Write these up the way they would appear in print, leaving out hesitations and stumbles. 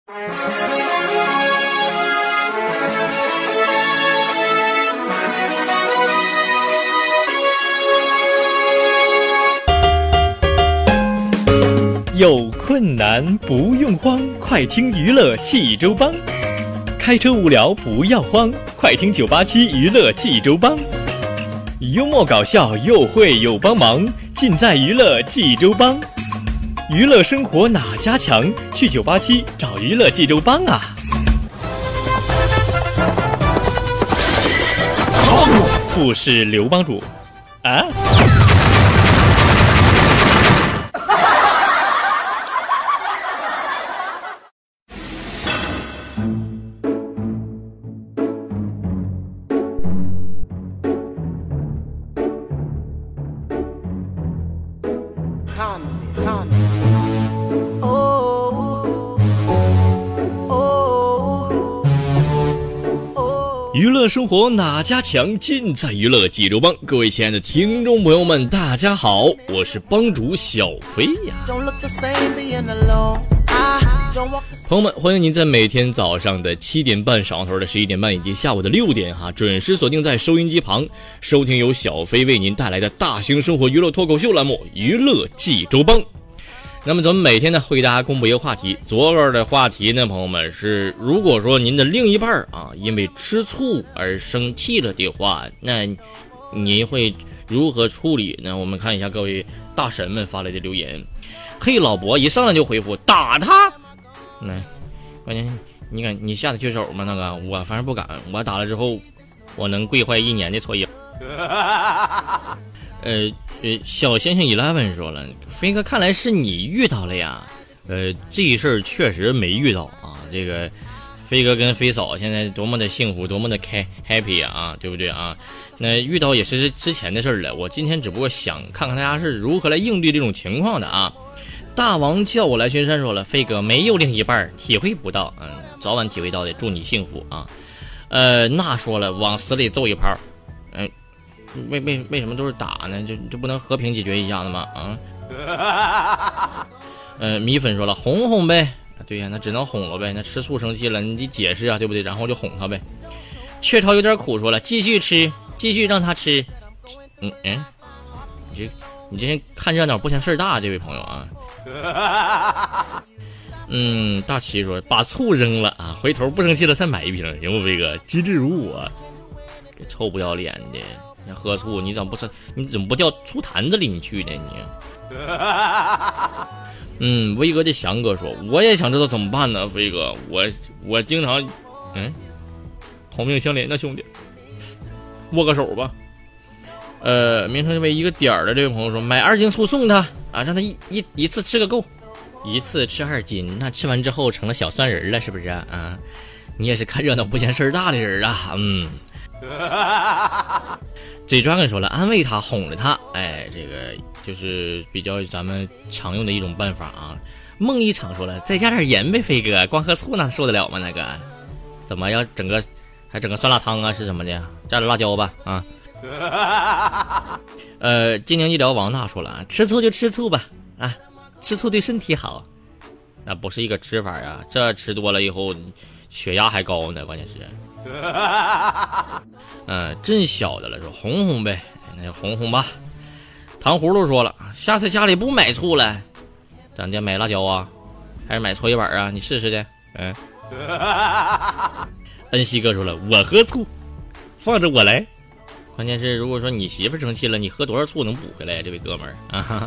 有困难不用慌，快听娱乐济州帮。开车无聊不要慌，快听987娱乐济州帮。幽默搞笑又会又帮忙，尽在娱乐济州帮。娱乐生活哪家强？去987找娱乐济州帮啊！不是刘帮主啊。娱乐生活哪家强？尽在娱乐济州帮。各位亲爱的听众朋友们，大家好，我是帮主小飞呀。朋友们，欢迎您在每天早上的7点半、上头的11点半以及下午的6点准时锁定在收音机旁，收听由小飞为您带来的大型生活娱乐脱口秀栏目《娱乐济州帮》。那么咱们每天呢会给大家公布一个话题，昨个的话题呢，朋友们是，如果说您的另一半因为吃醋而生气了的话，那您会如何处理呢？我们看一下各位大神们发来的留言。嘿，老伯一上来就回复打他，那关键你下得去手吗？那个我反正不敢，我打了之后我能跪坏1年的搓衣。小星星11说了，飞哥看来是你遇到了呀。这事儿确实没遇到啊。这个飞哥跟飞嫂现在多么的幸福，多么的happy 啊，对不对啊？那遇到也是之前的事儿了。我今天只不过想看看大家是如何来应对这种情况的啊。大王叫我来巡山说了，飞哥没有另一半，体会不到，早晚体会到的，祝你幸福啊。那说了，往死里揍一炮，为什么都是打呢？就不能和平解决一下子吗？米粉说了，哄哄呗。对呀，那只能哄了呗。那吃醋生气了，你得解释啊，对不对？然后就哄他呗。雀巢有点苦说了，继续吃，继续让他吃。你这看热闹不嫌事儿大，这位朋友啊。大齐说把醋扔了啊，回头不生气了再买一瓶，行不飞哥？机智如我，这臭不要脸的。你喝醋，你怎么不掉醋坛子里你去呢你？威哥的翔哥说，我也想知道怎么办呢，飞哥，我经常同命相连的兄弟，握个手吧。名称为一个点儿的这位朋友说，买2斤醋送他啊，让他一次吃个够，一次吃2斤，那吃完之后成了小酸人了，是不是啊？你也是看热闹不嫌事儿大的人啊。这dragon说了，安慰他，哄着他，这个就是比较咱们常用的一种办法啊。梦一场说了，再加点盐呗，飞哥，光喝醋那受得了吗？那个怎么要整个酸辣汤啊？是什么的？加点辣椒吧啊。精灵医疗王大说了，吃醋就吃醋吧啊，吃醋对身体好。那不是一个吃法啊，这吃多了以后血压还高呢，关键是。真小的了，说哄哄呗，那就哄哄吧。糖葫芦说了，下次家里不买醋了，咱家买辣椒啊，还是买搓衣板啊？你试试的。恩熙哥说了，我喝醋，放着我来。关键是如果说你媳妇生气了，你喝多少醋能补回来呀？这位哥们儿啊。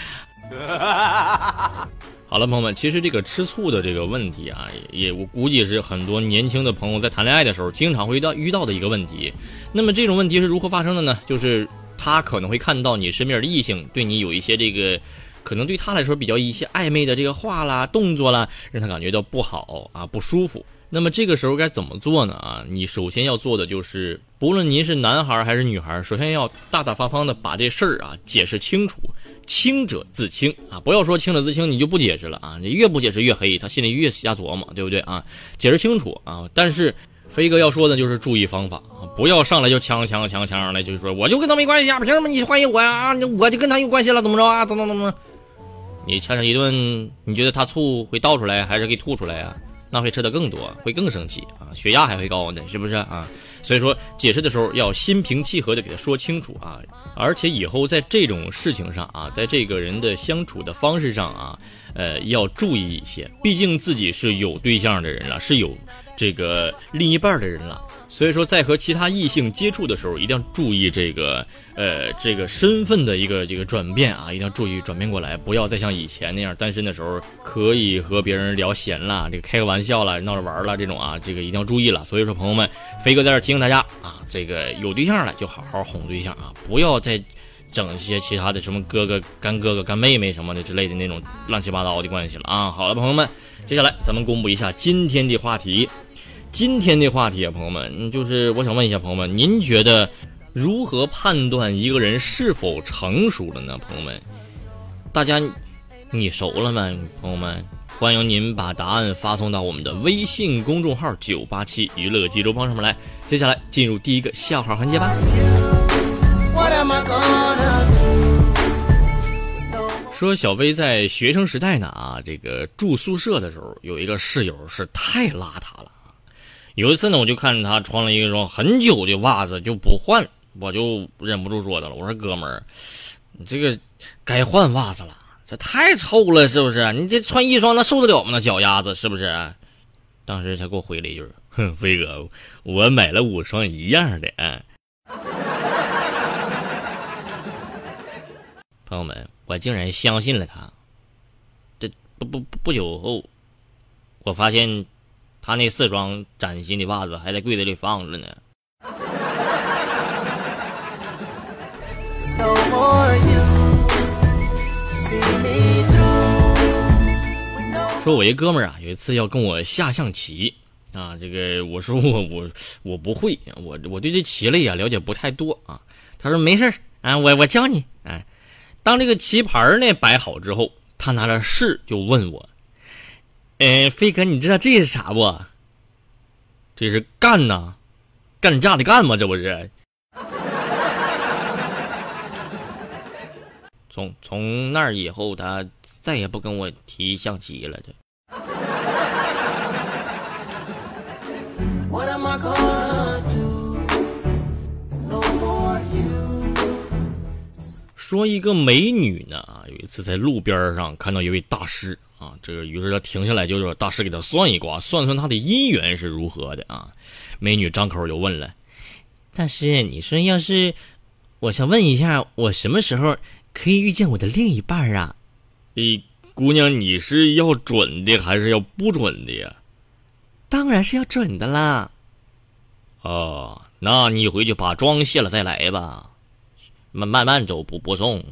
好了，朋友们，其实这个吃醋的这个问题啊，我估计是很多年轻的朋友在谈恋爱的时候经常会遇到的一个问题。那么这种问题是如何发生的呢？就是他可能会看到你身边的异性对你有一些这个可能对他来说比较一些暧昧的这个话啦、动作啦，让他感觉到不好啊、不舒服。那么这个时候该怎么做呢？你首先要做的就是，不论您是男孩还是女孩，首先要大大方方的把这事儿解释清楚。清者自清不要说清者自清你就不解释了你越不解释越黑，他心里越瞎琢磨，对不对解释清楚但是飞哥要说的就是注意方法不要上来就呛来，就是说我就跟他没关系凭什么你怀疑我我就跟他有关系了，怎么着怎么你呛一顿，你觉得他醋会倒出来还是给吐出来那会吃的更多，会更生气啊，血压还会高呢，是不是啊？所以说解释的时候要心平气和的给他说清楚啊，而且以后在这种事情上啊，在这个人的相处的方式上啊，要注意一些，毕竟自己是有对象的人了，是有这个另一半的人了，所以说在和其他异性接触的时候，一定要注意这个身份的一个这个转变啊，一定要注意转变过来，不要再像以前那样单身的时候可以和别人聊闲了，这个开个玩笑了，闹着玩了这种啊，这个一定要注意了。所以说朋友们，飞哥在这提醒大家啊，这个有对象了就好好哄对象啊，不要再整些其他的什么哥哥干妹妹什么的之类的那种乱七八糟的关系了啊。好了，朋友们，接下来咱们公布一下今天的话题。今天的话题啊，朋友们，就是我想问一下朋友们，您觉得如何判断一个人是否成熟了呢？朋友们，大家你熟了吗？朋友们，欢迎您把答案发送到我们的微信公众号987娱乐济州帮上面来。接下来进入第一个笑话环节吧。说小飞在学生时代呢这个住宿舍的时候，有一个室友是太邋遢了。有一次呢，我就看他穿了一双很久的袜子就不换，我就忍不住说他了，我说哥们儿，你这个该换袜子了，这太臭了是不是？你这穿一双那受得了吗？那脚丫子是不是？当时他给我回了一句，哼，飞哥，我买了5双一样的。朋友们，我竟然相信了他。这不久后，我发现他那4双崭新的袜子还在柜子里放着呢。说我一哥们儿有一次要跟我下象棋啊，这个我说我不会，我对这棋类了解不太多啊。他说没事啊，我教你。当这个棋盘呢摆好之后，他拿着试就问我，飞哥，你知道这是啥不？这是干呐，干架的干吗？这不是？从那以后，他再也不跟我提象棋了。说一个美女呢有一次在路边上看到一位大师啊，这个于是他停下来就说大师给他算一卦，算算他的姻缘是如何的啊。美女张口就问了，大师，你说要是我想问一下，我什么时候可以遇见我的另一半啊？姑娘，你是要准的还是要不准的呀？当然是要准的啦。哦，那你回去把妆卸了再来吧，慢慢走，不送。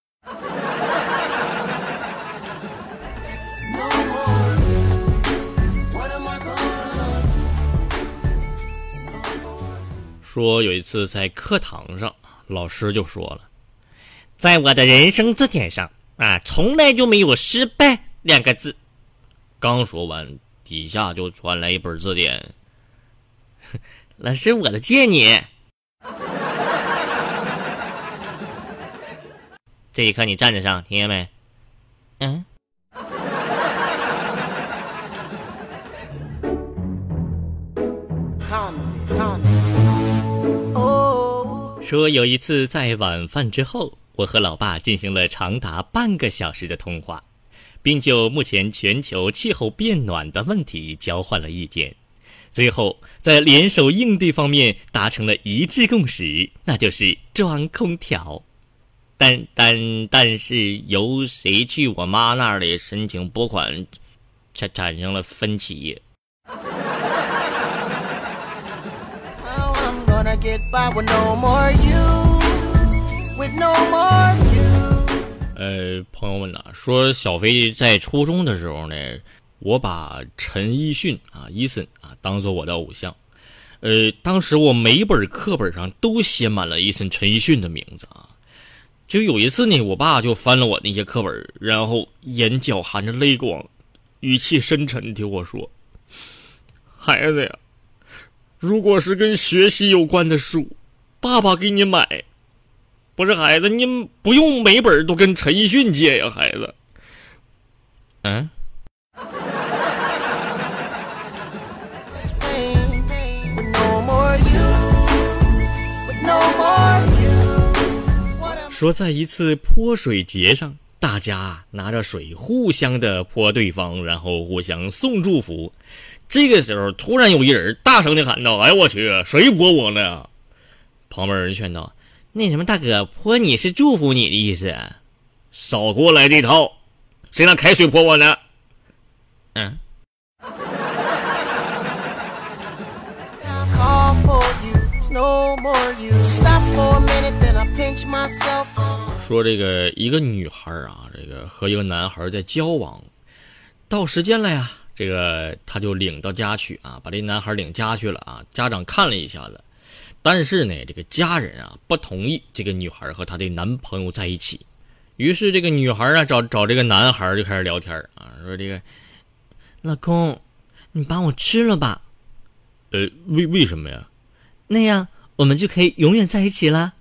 说有一次在课堂上，老师就说了，在我的人生字典上从来就没有失败2个字。刚说完，底下就传来一本字典。老师，我的借你。这一课你站着上，听见没？说有一次在晚饭之后，我和老爸进行了长达半个小时的通话，并就目前全球气候变暖的问题交换了意见，最后在联手应对方面达成了一致共识，那就是装空调。但是由谁去我妈那里申请拨款产生了分歧。朋友们说小飞在初中的时候呢，我把陈奕迅Eason当做我的偶像。当时我每本课本上都写满了Eason陈奕迅的名字就有一次呢，我爸就翻了我那些课本，然后眼角含着泪光，语气深沉地我说，孩子呀，如果是跟学习有关的书，爸爸给你买。不是孩子，你不用每本都跟陈奕迅借呀，孩子。 说在一次泼水节上，大家拿着水互相的泼对方，然后互相送祝福。这个时候突然有一人大声的喊道：哎我去，谁泼我了呀？旁边人劝道：那什么大哥，泼你是祝福你的意思啊。少给我来这套，谁拿开水泼我呢？说这个一个女孩啊，这个和一个男孩在交往，到时间了呀，这个他就领到家去啊，把这男孩领家去了啊。家长看了一下子，但是呢，这个家人啊不同意这个女孩和她的男朋友在一起。于是这个女孩啊找这个男孩就开始聊天啊，说这个老公，你把我吃了吧？为什么呀？那样我们就可以永远在一起了。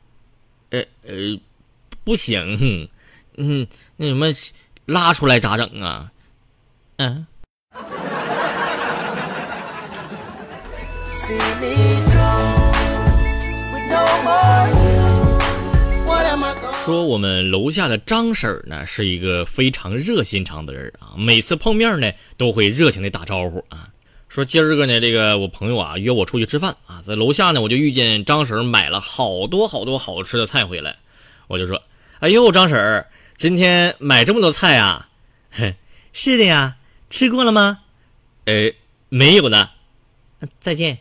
不行，那什么拉出来咋整啊？说我们楼下的张婶呢是一个非常热心肠的人啊，每次碰面呢都会热情的打招呼啊。说今儿个呢，这个我朋友啊约我出去吃饭啊，在楼下呢我就遇见张婶买了好多好吃的菜回来，我就说：哎呦，张婶今天买这么多菜啊？是的呀，吃过了吗？没有呢。再见。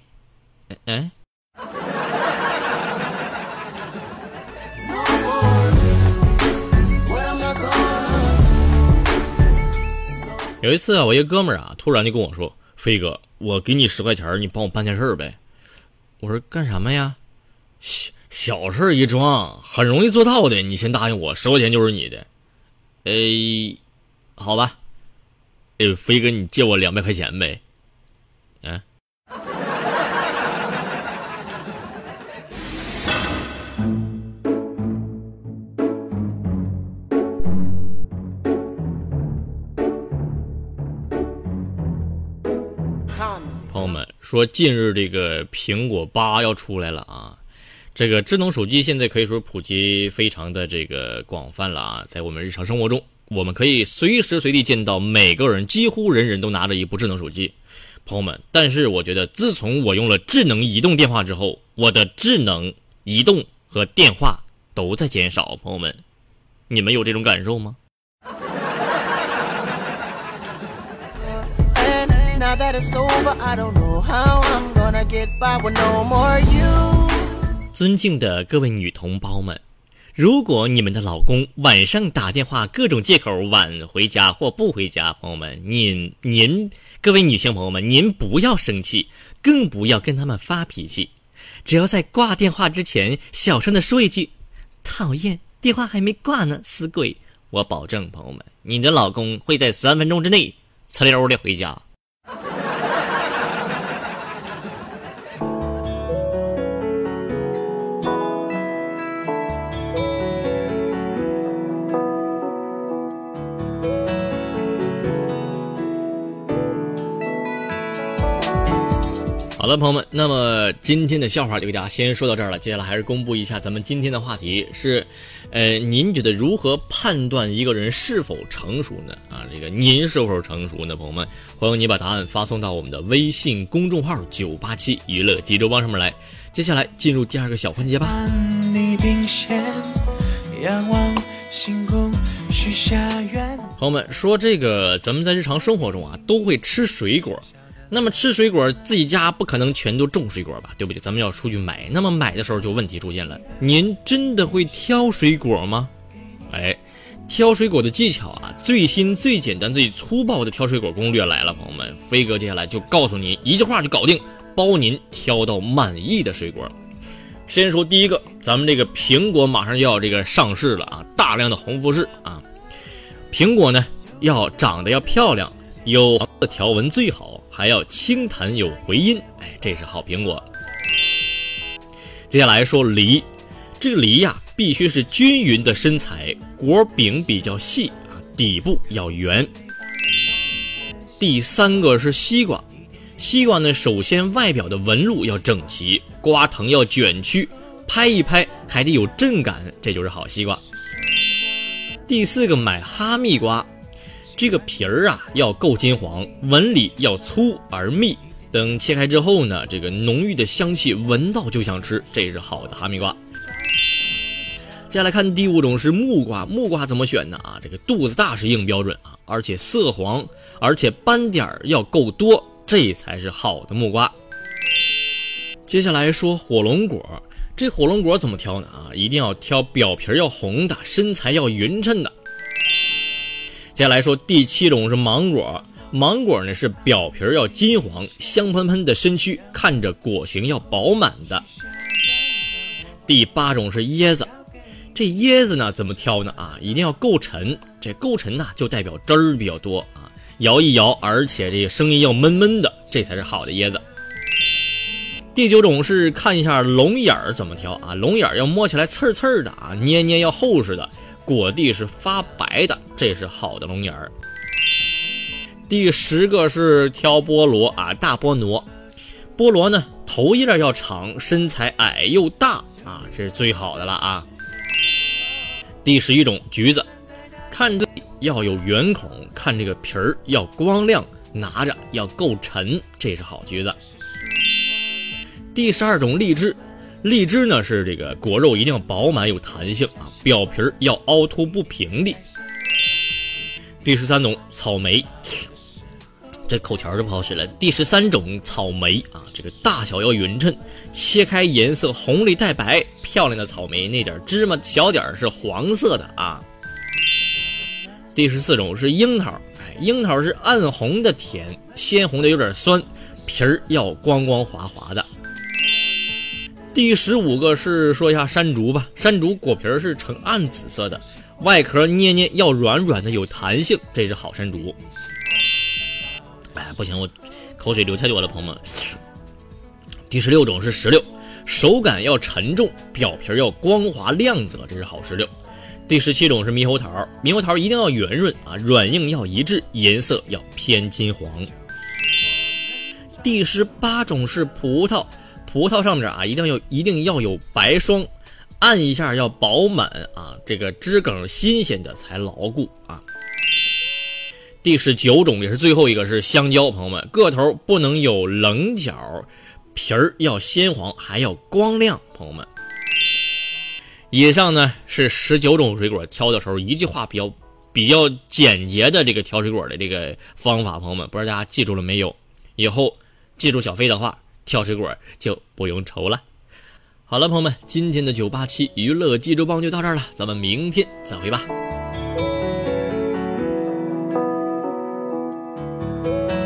有一次啊，我一个哥们儿啊突然就跟我说：飞哥，我给你10块钱，你帮我办件事呗。我说干什么呀？小事一桩，很容易做到的，你先答应我，10块钱就是你的。好吧。飞哥，你借我200块钱呗。朋友们说，近日这个苹果8要出来了啊。这个智能手机现在可以说普及非常的这个广泛了啊，在我们日常生活中，我们可以随时随地见到每个人，几乎人人都拿着一部智能手机。朋友们，但是我觉得自从我用了智能移动电话之后，我的智能移动和电话都在减少。朋友们，你们有这种感受吗？尊敬的各位女同胞们，如果你们的老公晚上打电话各种借口晚回家或不回家，朋友们，您各位女性朋友们，您不要生气，更不要跟他们发脾气，只要在挂电话之前小声的说一句讨厌，电话还没挂呢，死鬼，我保证朋友们，你的老公会在3分钟之内呲溜的回家。好了，朋友们，那么今天的笑话就给大家先说到这儿了。接下来还是公布一下咱们今天的话题是，您觉得如何判断一个人是否成熟呢？啊，这个您是否成熟呢？朋友们，欢迎你把答案发送到我们的微信公众号987娱乐济州帮上面来。接下来进入第2个小环节吧。朋友们说，这个咱们在日常生活中啊都会吃水果。那么吃水果，自己家不可能全都种水果吧，对不对？咱们要出去买，那么买的时候就问题出现了，您真的会挑水果吗？挑水果的技巧啊，最新最简单最粗暴的挑水果攻略来了，朋友们，飞哥接下来就告诉你一句话就搞定，包您挑到满意的水果。先说第一个，咱们这个苹果马上就要这个上市了啊，大量的红富士啊，苹果呢要长得要漂亮，有黄的条纹最好，还要清弹有回音，这是好苹果。接下来说梨，这个梨呀必须是均匀的身材，果柄比较细啊，底部要圆。第3个是西瓜，西瓜呢首先外表的纹路要整齐，瓜藤要卷曲， 拍一拍还得有震感，这就是好西瓜。第4个买哈密瓜，这个皮儿啊要够金黄，纹理要粗而密，等切开之后呢，这个浓郁的香气闻到就想吃，这是好的哈密瓜。接下来看第5种是木瓜，木瓜怎么选呢啊？这个肚子大是硬标准啊，而且色黄，而且斑点要够多，这才是好的木瓜。接下来说火龙果，这火龙果怎么挑呢啊？一定要挑表皮要红的，身材要匀称的。接下来说第7种是芒果，芒果呢是表皮要金黄，香喷喷的身躯，看着果形要饱满的。第8种是椰子，这椰子呢怎么挑呢啊？一定要够沉，这够沉呢就代表汁儿比较多啊，摇一摇，而且这个声音要闷闷的，这才是好的椰子。第9种是看一下龙眼儿怎么挑啊？龙眼儿要摸起来刺刺的啊，捏捏要厚实的，果蒂是发白的，这是好的龙眼儿。第10个是挑菠萝啊，大菠萝。菠萝呢头叶要长，身材矮又大啊，这是最好的了啊。第11种橘子，看这要有圆孔，看这个皮儿要光亮，拿着要够沉，这是好橘子。第12种荔枝，荔枝呢是这个果肉一定要饱满有弹性啊，表皮要凹凸不平的。第13种草莓，这口条就不好使了。第13种草莓啊，这个大小要匀称，切开颜色红里带白，漂亮的草莓那点芝麻小点是黄色的啊。第14种是樱桃，樱桃是暗红的甜，鲜红的有点酸，皮儿要光光滑滑的。第15个是说一下山竹吧，山竹果皮是呈暗紫色的，外壳捏捏要软软的有弹性，这是好山竹。不行，我口水流太多了，朋友们。第16种是石榴，手感要沉重，表皮要光滑亮泽，这是好石榴。第17种是猕猴桃，猕猴桃一定要圆润啊，软硬要一致，颜色要偏金黄。第18种是葡萄，葡萄上面啊一定要有白霜，按一下要饱满啊，这个枝梗新鲜的才牢固啊。第19种也是最后一个是香蕉，朋友们，个头不能有棱角，皮儿要鲜黄，还要光亮，朋友们。以上呢是19种水果挑的时候一句话比较简洁的这个挑水果的这个方法，朋友们，不知道大家记住了没有？以后记住小飞的话，挑水果就不用愁了。好了，朋友们，今天的987娱乐济州帮就到这儿了，咱们明天再会吧。